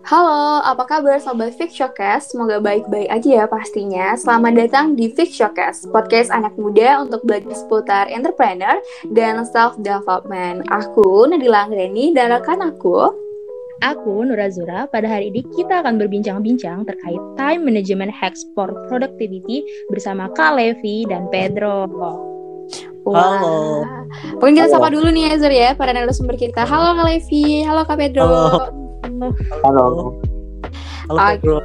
Halo, apa kabar Sobat Fix Showcase? Semoga baik-baik aja ya pastinya. Selamat datang di Fix Showcase, podcast anak muda untuk belajar seputar entrepreneur dan self-development. Aku Nadila Anggreni dan rekan aku Nura Zura. Pada hari ini kita akan berbincang-bincang terkait time management hacks for productivity bersama Kak Levi dan Pedro. Halo. Mungkin kita sapa dulu nih ya Zur ya, para narasumber kita. Halo Kak Levi, halo Kak Pedro. Halo. Pedro.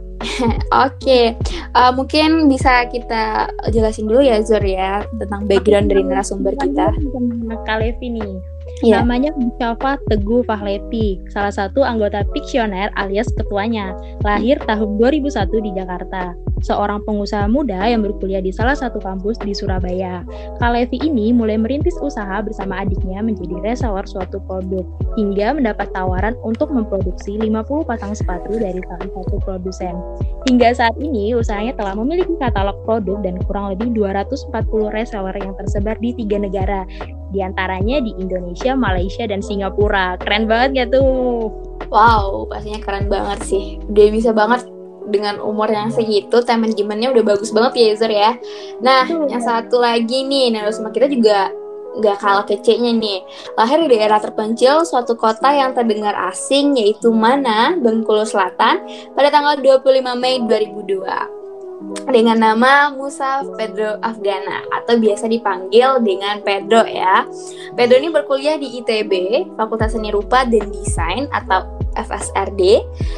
Oke. Mungkin bisa kita jelasin dulu ya Zur ya tentang background dari narasumber kita. Kak Levi nih. Yeah. Namanya Mustafa Teguh Fahlevi, salah satu anggota Fiksioner alias ketuanya. Lahir tahun 2001 di Jakarta. Seorang pengusaha muda yang berkuliah di salah satu kampus di Surabaya. Kak Levi ini mulai merintis usaha bersama adiknya menjadi reseller suatu produk, hingga mendapat tawaran untuk memproduksi 50 pasang sepatu dari salah satu produsen. Hingga saat ini, usahanya telah memiliki katalog produk dan kurang lebih 240 reseller yang tersebar di 3 negara, di antaranya di Indonesia, Malaysia, dan Singapura. Keren banget gak tuh? Wow, pastinya keren banget sih. Udah bisa banget dengan umur yang segitu, time managementnya udah bagus banget ya Zur ya. Nah, yang satu lagi nih, narasumber kita juga gak kalah kecenya nih. Lahir di daerah terpencil suatu kota yang terdengar asing, yaitu mana? Bengkulu Selatan, pada tanggal 25 Mei 2002. Dengan nama Musa Pedro Afgana atau biasa dipanggil dengan Pedro ya. Pedro ini berkuliah di ITB, Fakultas Seni Rupa dan Desain atau FSRD.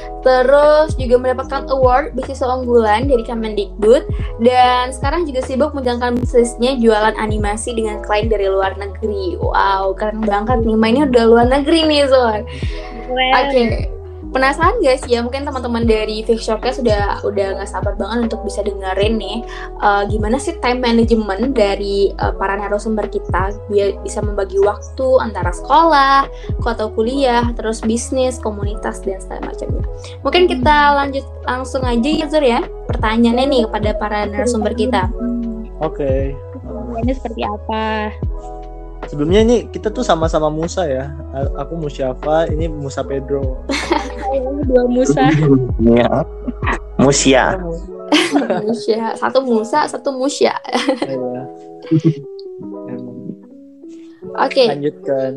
Terus juga mendapatkan award beasiswa unggulan dari Kemendikbud dan sekarang juga sibuk menjalankan bisnisnya jualan animasi dengan klien dari luar negeri. Wow, keren banget nih. Mainnya udah luar negeri nih, Zor. Oke. Penasaran gak sih ya, mungkin teman-teman dari Fix Showcase udah gak sabar banget untuk bisa dengerin nih gimana sih time management dari para narasumber kita biar bisa membagi waktu antara sekolah, atau kuliah, terus bisnis, komunitas, dan segala macamnya. Mungkin kita lanjut langsung aja ya Zur ya, pertanyaannya nih kepada para narasumber kita. Oke. Ini seperti apa? Sebelumnya ini kita tuh sama-sama Musa ya. Aku Musyafa, ini Musa Pedro. Dua Musa. Iya. Musya. Musya. Satu Musa, satu Musya. Oke. Lanjutkan.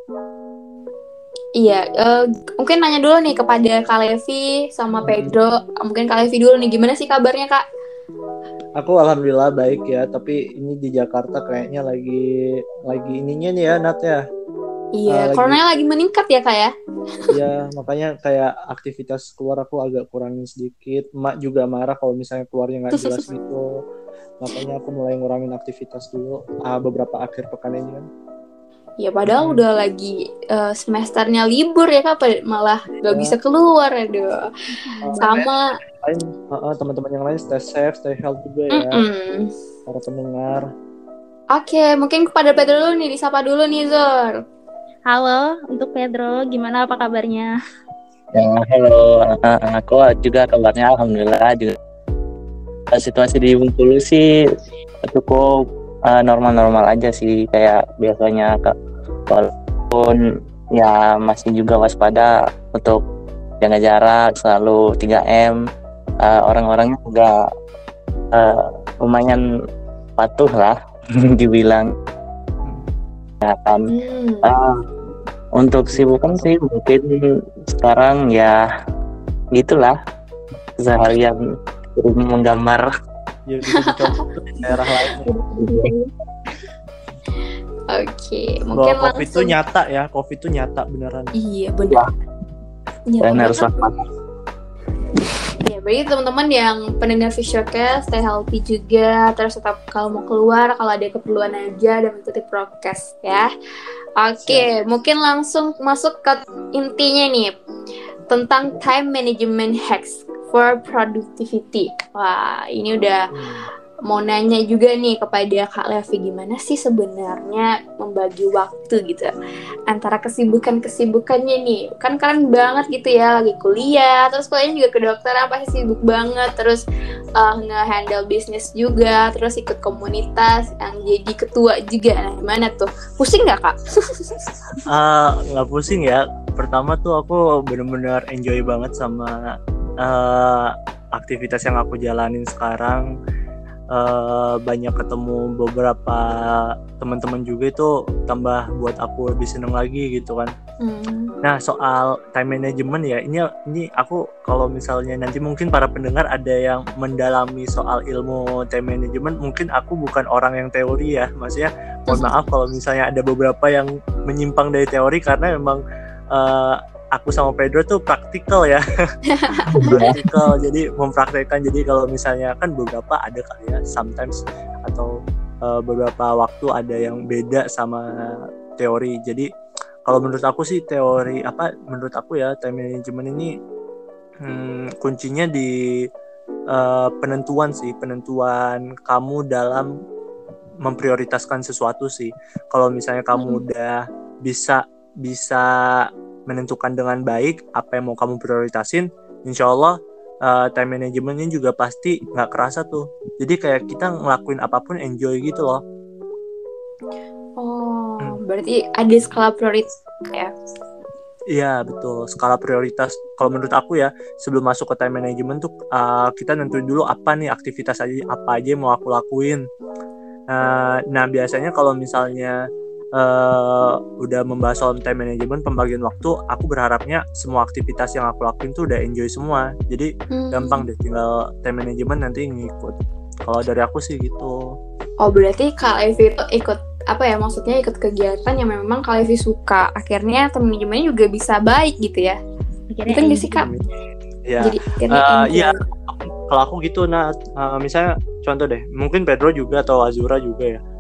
Iya, mungkin nanya dulu nih kepada Kak Levi sama Pedro. Mungkin Kak Levi dulu nih, gimana sih kabarnya Kak? Aku alhamdulillah baik ya, tapi ini di Jakarta kayaknya lagi ininya nih ya Nat ya. Iya, coronanya lagi meningkat ya Kak ya? Iya, makanya kayak aktivitas keluar aku agak kurangin sedikit. Emak juga marah kalau misalnya keluarnya nggak jelas gitu. Makanya aku mulai ngurangin aktivitas dulu beberapa akhir pekan ini kan. Ya padahal udah lagi semesternya libur ya Kak, malah nggak bisa keluar, aduh. Sama teman-teman yang lain stay safe, stay healthy juga ya. Para pendengar. Oke, mungkin kepada Pedro dulu nih, disapa dulu nih Zur. Halo, untuk Pedro, gimana apa kabarnya? Ya, halo, aku juga kabarnya alhamdulillah juga. Situasi di Bengkulu sih cukup normal-normal aja sih kayak biasanya Kak. Walaupun ya masih juga waspada untuk jaga jarak, selalu 3M. Orang-orangnya juga lumayan patuh lah dibilang. Ya kan. Untuk sibukan sih mungkin sekarang ya gitulah seharian menggambar Ya bisa dicoba daerah lain. Oke, mungkin langsung. COVID itu nyata ya, COVID itu nyata beneran. Iya benar. Dan harus waspada. Ya, berarti teman-teman yang pendengar Fix Showcase stay healthy juga, terus tetap kalau mau keluar kalau ada keperluan aja dan mengikuti prokes ya. Oke, mungkin langsung masuk ke intinya nih tentang time management hacks for productivity. Wah, ini udah mau nanya juga nih kepada Kak Levi, gimana sih sebenarnya membagi waktu gitu antara kesibukannya nih, kan keren banget gitu ya, lagi kuliah, terus kuliahnya juga kedokteran pasti sibuk banget, terus nge-handle bisnis juga, terus ikut komunitas yang jadi ketua juga. Nah gimana tuh, pusing nggak Kak? Nggak pusing ya, pertama tuh aku bener-bener enjoy banget sama aktivitas yang aku jalanin sekarang. Banyak ketemu beberapa teman-teman juga, itu tambah buat aku lebih seneng lagi gitu kan. Nah, soal time management ya, ini aku kalau misalnya nanti mungkin para pendengar ada yang mendalami soal ilmu time management, mungkin aku bukan orang yang teori ya, maksudnya mohon maaf kalau misalnya ada beberapa yang menyimpang dari teori, karena memang aku sama Pedro tuh praktikal ya. Praktikal, jadi mempraktekkan. Jadi kalau misalnya kan beberapa ada kali ya sometimes, atau beberapa waktu ada yang beda sama teori. Jadi kalau menurut aku sih menurut aku ya, time management ini kuncinya di penentuan kamu dalam memprioritaskan sesuatu sih. Kalau misalnya kamu udah bisa menentukan dengan baik apa yang mau kamu prioritasin, insya Allah time managementnya juga pasti nggak kerasa tuh. Jadi kayak kita ngelakuin apapun enjoy gitu loh. Berarti ada skala prioritas ya? Iya betul, skala prioritas. Kalau menurut aku ya, sebelum masuk ke time management tuh kita nentuin dulu apa nih aktivitas apa aja yang mau aku lakuin. Nah biasanya kalau misalnya udah membahas soal time management, pembagian waktu, aku berharapnya semua aktivitas yang aku lakuin tuh udah enjoy semua. Jadi gampang deh, tinggal time management nanti ngikut. Kalau dari aku sih gitu. Oh berarti Kak Levi itu ikut maksudnya ikut kegiatan yang memang Kak Levi suka, akhirnya time managementnya juga bisa baik gitu ya? Gitu nggak sih Kak? Ya. Jadi ya kalau aku gitu. Nah misalnya contoh deh, mungkin Pedro juga atau Azura juga ya,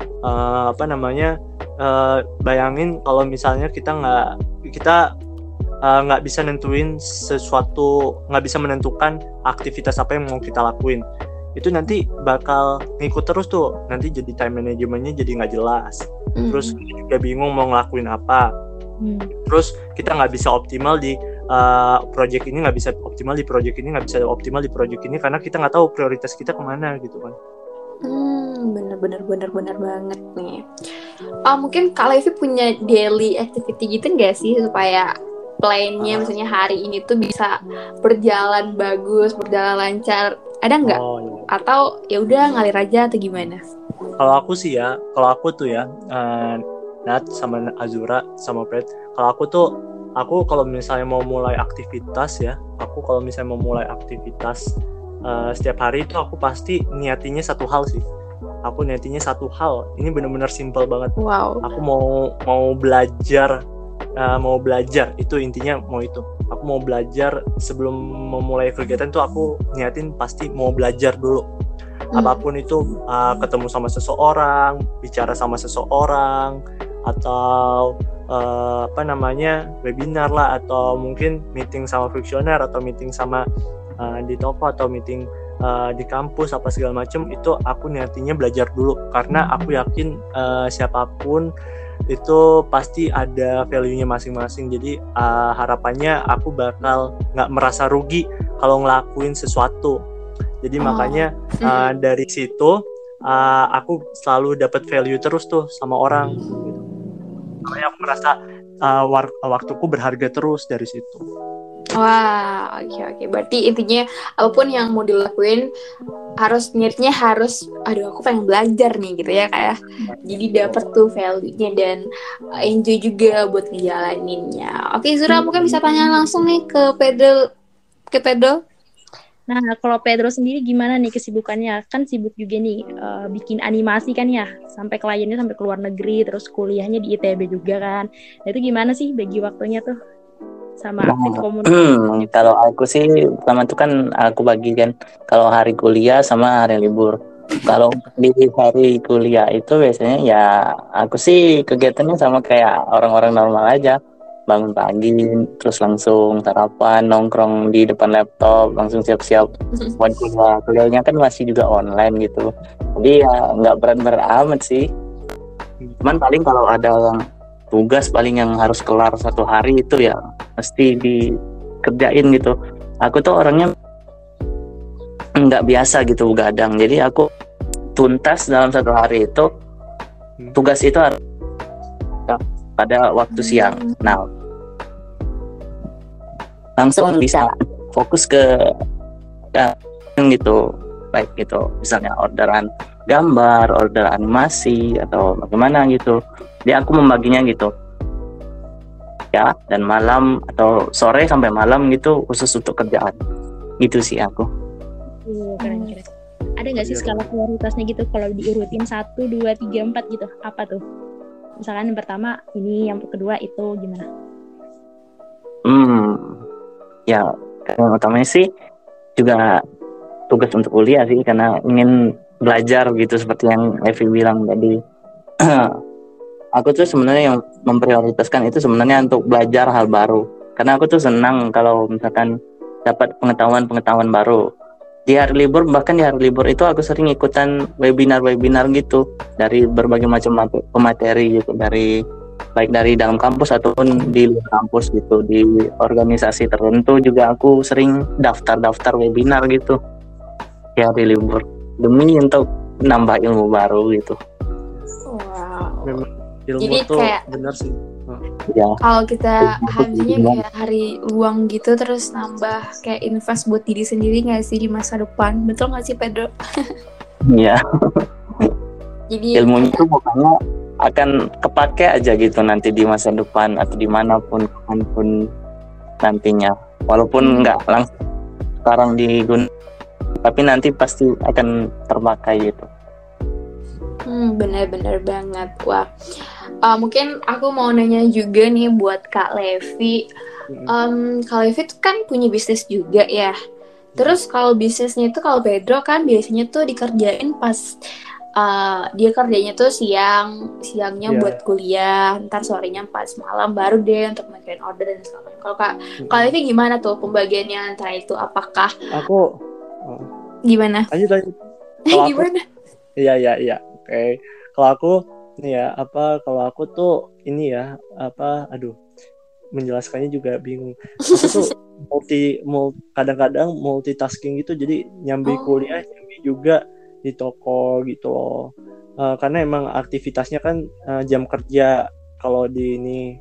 bayangin kalau misalnya kita nggak bisa nentuin sesuatu, nggak bisa menentukan aktivitas apa yang mau kita lakuin, itu nanti bakal ngikut terus tuh, nanti jadi time managementnya jadi nggak jelas. Terus kita juga bingung mau ngelakuin apa. Terus kita nggak bisa optimal di project ini, nggak bisa optimal di project ini, nggak bisa optimal di project ini, karena kita nggak tahu prioritas kita kemana gitu kan. Bener banget nih. Mungkin Kak Levi punya daily activity gitu nggak sih, supaya plan-nya misalnya hari ini tuh bisa berjalan bagus, berjalan lancar, ada nggak? Iya. Atau ya udah ngalir aja atau gimana? Kalau aku tuh ya, Nat sama Azura sama Pet, aku kalau misalnya mau mulai aktivitas setiap hari itu aku pasti niatinya satu hal sih. Ini benar-benar simple banget. Wow. Aku mau belajar, itu intinya itu. Aku mau belajar, sebelum memulai kegiatan tuh aku niatin pasti mau belajar dulu. Apapun itu, ketemu sama seseorang, bicara sama seseorang, atau webinar lah, atau mungkin meeting sama Frictioner, atau meeting sama di toko, atau meeting di kampus apa segala macam, itu aku niatinya belajar dulu, karena aku yakin siapapun itu pasti ada value-nya masing-masing. Jadi harapannya aku bakal nggak merasa rugi kalau ngelakuin sesuatu. Jadi makanya dari situ aku selalu dapat value terus tuh sama orang gitu. Makanya aku merasa waktuku berharga terus dari situ. Wah, oke. Berarti intinya apapun yang mau dilakuin niatnya harus, aku pengen belajar nih gitu ya kayak. Jadi dapat tuh value-nya dan enjoy juga buat ngejalaninnya. Oke, Zura mungkin bisa tanya langsung nih ke Pedro. Nah, kalau Pedro sendiri gimana nih kesibukannya? Kan sibuk juga nih bikin animasi kan ya, sampai kliennya sampai ke luar negeri, terus kuliahnya di ITB juga kan. Nah, itu gimana sih bagi waktunya tuh sama aktif komunitas? Kalau aku sih pertama tuh kan aku bagikan kalau hari kuliah sama hari libur. Kalau di hari kuliah itu biasanya ya aku sih kegiatannya sama kayak orang-orang normal aja. Bangun pagi, terus langsung sarapan, nongkrong di depan laptop, langsung siap-siap buat kuliah. Kuliahnya kan masih juga online gitu. Jadi ya nggak berat-berat amat sih. Cuman paling kalau ada tugas paling yang harus kelar satu hari itu ya mesti dikerjain gitu. Aku tuh orangnya nggak biasa gitu begadang. Jadi aku tuntas dalam satu hari itu tugas itu harus pada waktu siang. Nah, langsung bisa fokus ke gitu, baik gitu misalnya orderan gambar, order animasi atau bagaimana gitu. Jadi aku membaginya gitu ya, dan malam atau sore sampai malam gitu khusus untuk kerjaan gitu sih aku. Keren. Ada nggak sih skala prioritasnya gitu kalau diurutin 1, 2, 3, 4 gitu? Apa tuh? Misalkan yang pertama ini, yang kedua itu gimana? Ya yang utamanya sih juga tugas untuk kuliah sih, karena ingin belajar gitu seperti yang Levi bilang tadi. Aku tuh sebenarnya yang memprioritaskan itu sebenarnya untuk belajar hal baru, karena aku tuh senang kalau misalkan dapat pengetahuan baru. Di hari libur, bahkan di hari libur itu aku sering ikutan webinar gitu dari berbagai macam pemateri gitu, baik dari dalam kampus ataupun di luar kampus gitu. Di organisasi tertentu juga aku sering daftar webinar gitu di hari libur demi untuk nambah ilmu baru gitu. Wow. Memang ilmu Jadi tuh kayak benar sih. Ya, kalau kita habisnya kayak hari luang gitu terus nambah kayak invest buat diri sendiri nggak sih di masa depan? Betul nggak sih Pedro? iya. Jadi Ilmunya tuh pokoknya akan kepake aja gitu nanti di masa depan atau dimanapun kapanpun nantinya, walaupun nggak langsung sekarang digunakan, tapi nanti pasti akan terpakai gitu. benar-benar banget. Wah, mungkin aku mau nanya juga nih buat Kak Levi. Kak Levi tuh kan punya bisnis juga ya. Terus kalau bisnisnya itu, kalau Pedro kan biasanya tuh dikerjain pas dia kerjanya tuh siangnya buat kuliah, ntar sorenya pas malam baru deh untuk mikirin order dan segala. Kalau Kak Levi gimana tuh pembagiannya antara itu? Apakah Aku gimana? lanjut. Gimana? Iya. Oke. Kalau aku nih ya, kalau aku tuh ini ya, menjelaskannya juga bingung. Aku tuh kadang-kadang multitasking gitu, jadi nyambi kuliah, nyambi juga di toko gitu loh. Karena emang aktivitasnya kan jam kerja kalau di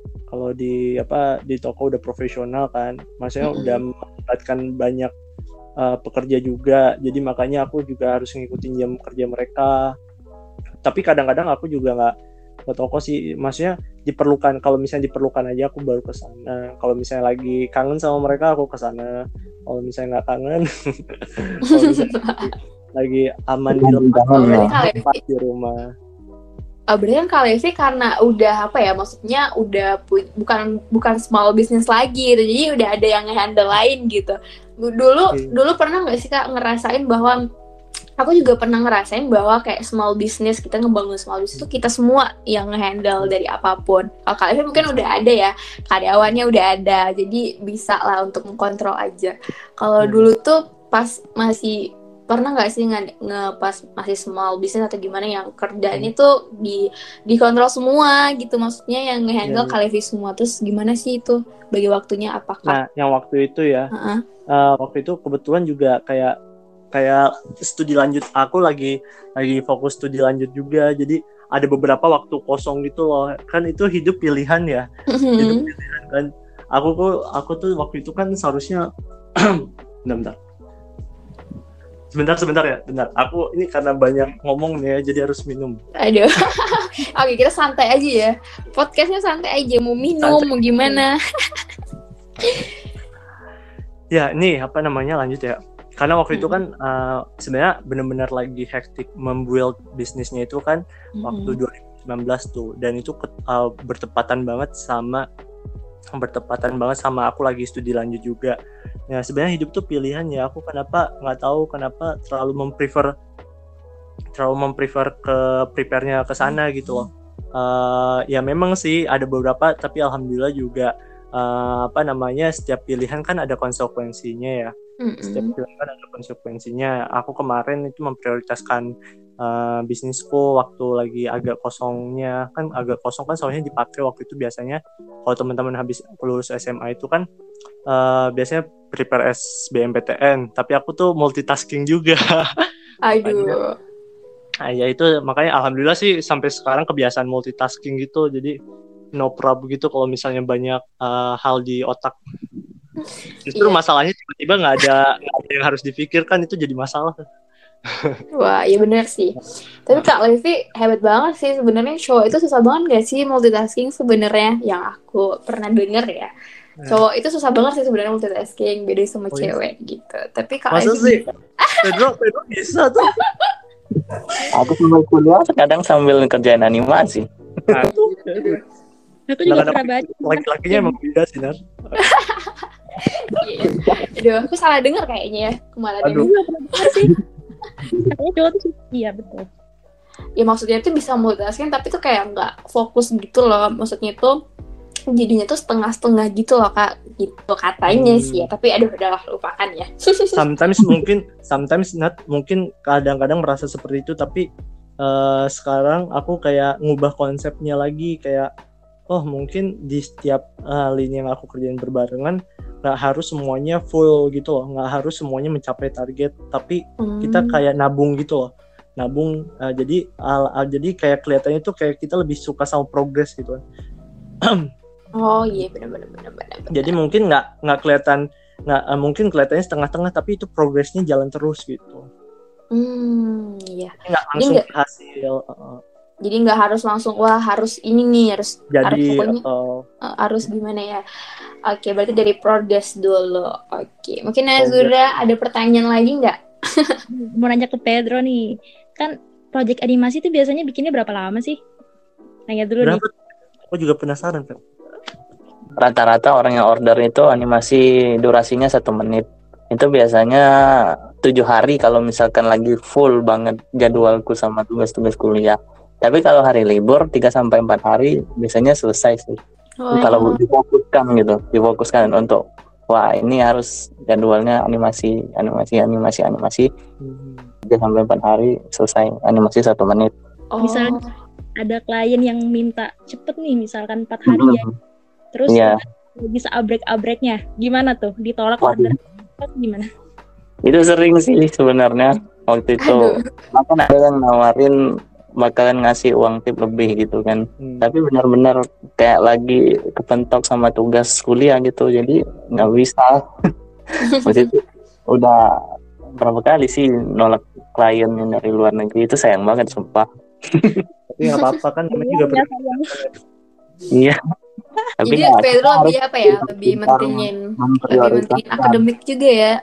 toko udah profesional kan, maksudnya udah melibatkan banyak pekerja juga, jadi makanya aku juga harus ngikutin jam kerja mereka. Tapi kadang-kadang aku juga nggak ke toko sih, maksudnya kalau misalnya diperlukan aja aku baru ke sana. Kalau misalnya lagi kangen sama mereka aku ke sana. Kalau misalnya nggak kangen, kalau misalnya lagi aman di rumah. Berarti kan Kak Levi karena udah maksudnya udah bukan small business lagi gitu, jadi udah ada yang nge-handle lain gitu. Dulu pernah nggak sih Kak ngerasain bahwa aku juga pernah ngerasain bahwa kayak kita ngebangun small business itu kita semua yang nge-handle dari apapun. Kalau Kak Levi mungkin udah ada ya, karyawannya udah ada, jadi bisa lah untuk mengkontrol aja. Kalau dulu tuh pas masih pernah nggak sih pas masih small business atau gimana yang kerjaannya tuh dikontrol semua gitu, maksudnya yang nge-handle Kak Levi semua. Terus gimana sih itu bagi waktunya, apakah? Nah, yang waktu itu ya, waktu itu kebetulan juga kayak studi lanjut, aku lagi fokus studi lanjut juga, jadi ada beberapa waktu kosong gitu loh. Kan itu hidup pilihan ya. Hidup pilihan kan. Aku tuh waktu itu kan seharusnya Sebentar ya. Aku ini karena banyak ngomong nih ya, jadi harus minum. Aduh. Oke, kita santai aja ya. Podcastnya santai aja, mau minum, mau gimana. Ya, ini lanjut ya. Karena waktu itu kan sebenarnya benar-benar lagi hektik membuild bisnisnya itu kan waktu 2019 tuh, dan itu bertepatan banget sama aku lagi studi lanjut juga. Ya sebenarnya hidup tuh pilihan ya. Aku nggak tahu kenapa terlalu memprefer ke prepare-nya ke sana gitu loh. Ya memang sih ada beberapa, tapi alhamdulillah juga setiap pilihan kan ada konsekuensinya ya. Setiap pilihan kan ada konsekuensinya. Aku kemarin itu memprioritaskan bisnisku waktu lagi agak kosong kan, soalnya dipakai waktu itu. Biasanya kalau teman-teman habis lulus SMA itu kan biasanya prepare SBMPTN, tapi aku tuh multitasking juga. Aduh. Ya itu makanya alhamdulillah sih sampai sekarang kebiasaan multitasking gitu, jadi no problem gitu kalau misalnya banyak hal di otak. Justru Iya. masalahnya tiba-tiba nggak ada yang harus dipikirkan, itu jadi masalah. Wah, iya bener sih. Tapi Kak Levi hebat banget sih sebenarnya. Cowok itu susah banget gak sih multitasking sebenarnya? Yang aku pernah denger ya. Cowok itu susah banget sih sebenarnya multitasking, beda sama Oh, iya? cewek gitu. Tapi Kak Masa Levi sih? bisa. Pedro bisa tuh. Aku sambil kuliah kadang sambil ngerjain animasi. Nah, tuh. Aduh. Aku juga Kadang-kadang pernah baca. laki-lakinya emang beda sih, Nar. Iya. Aduh, aku salah denger kayaknya ya kemarin Aduh. ini. Iya, pernah dengar sih. Katanya cowok tuh iya betul. Ya maksudnya itu bisa multitasking tapi tuh kayak nggak fokus gitu loh. Maksudnya tuh jadinya tuh setengah-setengah gitu loh Kak. Gitu katanya sih ya. Tapi aduh udahlah lupakan ya. Sometimes not, mungkin kadang-kadang merasa seperti itu, tapi sekarang aku kayak ngubah konsepnya lagi, kayak mungkin di setiap lini yang aku kerjain berbarengan nggak harus semuanya full gitu loh, nggak harus semuanya mencapai target, tapi kita kayak nabung gitu loh, nabung. Jadi kayak kelihatannya tuh kayak kita lebih suka sama progres gitu kan. Oh iya benar. Jadi mungkin nggak kelihatan, mungkin kelihatannya setengah-tengah, tapi itu progresnya jalan terus gitu, Iya. nggak langsung nggak- hasil. Jadi nggak harus langsung wah harus ini nih harus Jadi pokoknya atau harus gimana ya. Oke, berarti dari progres dulu. Oke, mungkin Progress. Azura ada pertanyaan lagi nggak? Mau nanya ke Pedro nih. Kan project animasi itu biasanya bikinnya berapa lama sih? Nanya dulu nih. berapa? Aku juga penasaran kan. Rata-rata orang yang order itu animasi durasinya 1 menit. Itu biasanya 7 hari kalau misalkan lagi full banget jadwalku sama tugas-tugas kuliah. Tapi kalau hari libur 3-4 hari biasanya selesai sih. Kalau difokuskan untuk wah ini harus jadwalnya animasi 3-4 hari selesai animasi 1 menit. Misalnya ada klien yang minta cepet nih, misalkan 4 hari ya. Terus Iya. bisa abrek-abreknya. Gimana tuh? Ditolak order? Gimana? Itu sering sih sebenarnya waktu itu. Bahkan ada yang nawarin bakalan ngasih uang tip lebih gitu kan. Tapi benar-benar kayak lagi kepentok sama tugas kuliah gitu, jadi nggak bisa. Waktu itu udah berapa kali sih nolak klien yang dari luar negeri, itu sayang banget sumpah. Tapi nggak apa-apa kan, namanya juga Iya. Tapi jadi Pedro lebih apa ya? Lebih mentingin akademik juga ya.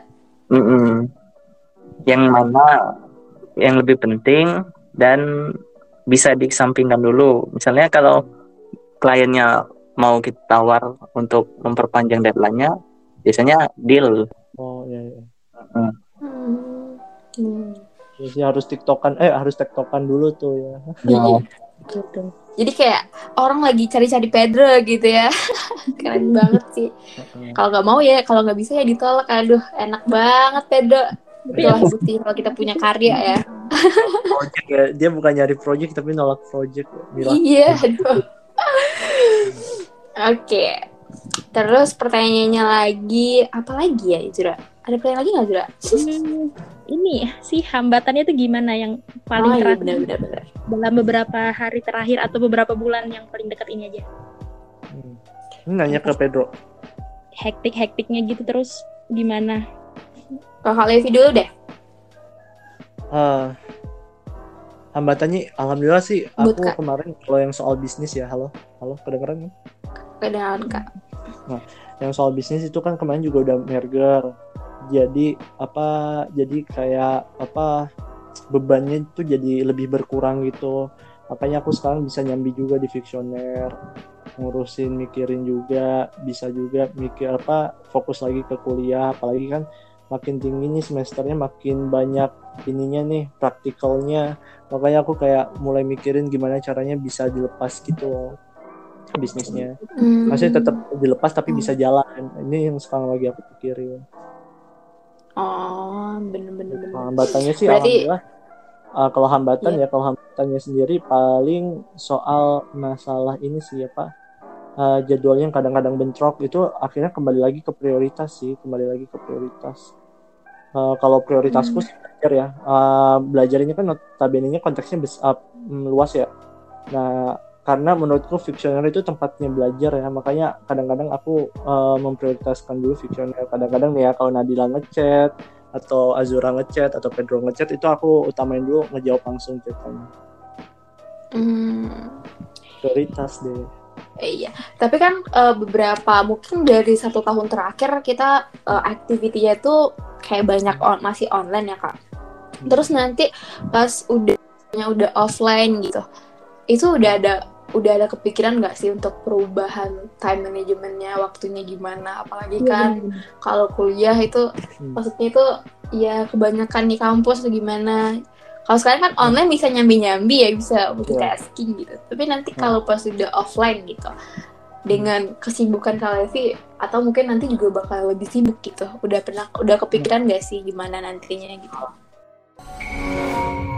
Yang mana yang lebih penting dan bisa dikesampingkan dulu. Misalnya kalau kliennya mau kita tawar untuk memperpanjang deadline-nya, biasanya deal. Oh iya. Hmm. Harus tektokan dulu tuh ya. Nah, Gitu. Jadi kayak orang lagi cari-cari Pedro gitu ya. Keren banget sih. Kalau nggak mau ya, kalau nggak bisa ya ditolak. Aduh, enak banget Pedro. Itulah bukti kalau kita punya karya ya. Project ya. Dia bukan nyari project tapi nolak project. Mila. Iya, aduh. Oke. Terus pertanyaannya lagi, apa lagi ya Zura? Ada pertanyaan lagi nggak Zura? Ini sih hambatannya itu gimana yang paling iya, keras benar. dalam beberapa hari terakhir atau beberapa bulan yang paling dekat ini aja? Ini nanya ke Pedro. Hektik-hektiknya gitu terus gimana? Kakak Levi dulu deh. Hambatannya alhamdulillah sih aku Kak. kemarin kalau yang soal bisnis ya. Halo kedengeran kan? Kedengaran Kak. Yang soal bisnis itu kan kemarin juga udah merger. Jadi kayak bebannya itu jadi lebih berkurang gitu. Makanya aku sekarang bisa nyambi juga di Fiksioner, mikirin juga, bisa juga mikir fokus lagi ke kuliah, apalagi kan makin tinggi nih semesternya, makin banyak ininya nih praktikalnya. Makanya aku kayak mulai mikirin gimana caranya bisa dilepas gitu loh bisnisnya. Maksudnya tetap dilepas tapi bisa jalan. Ini yang sekarang lagi aku pikirin. Oh, bener. Hambatannya sih berarti... alhamdulillah. Kalau hambatannya sendiri paling soal masalah ini sih jadwalnya yang kadang-kadang bentrok, itu akhirnya kembali lagi ke prioritas. Kalau prioritasku sih belajar ya. Belajar ini kan notabene-nya konteksnya luas ya. Nah, karena menurutku Fiksioner itu tempatnya belajar ya, makanya kadang-kadang aku memprioritaskan dulu Fiksioner. Kadang-kadang nih ya kalau Nadila ngechat atau Azura ngechat atau Pedro ngechat itu aku utamain dulu ngejawab langsung chatannya. Prioritas deh. Iya, tapi kan beberapa mungkin dari 1 tahun terakhir kita activity-nya tuh kayak banyak masih online ya Kak. Terus nanti pas udah offline gitu, itu udah ada kepikiran nggak sih untuk perubahan time managementnya, waktunya gimana? Apalagi kan kalau kuliah itu maksudnya itu ya kebanyakan di kampus atau gimana. Kalau sekarang kan online bisa nyambi-nyambi ya, bisa multitasking gitu. Tapi nanti kalau pas udah offline gitu, dengan kesibukan Kak Levi, atau mungkin nanti juga bakal lebih sibuk gitu. Udah kepikiran nggak sih gimana nantinya gitu?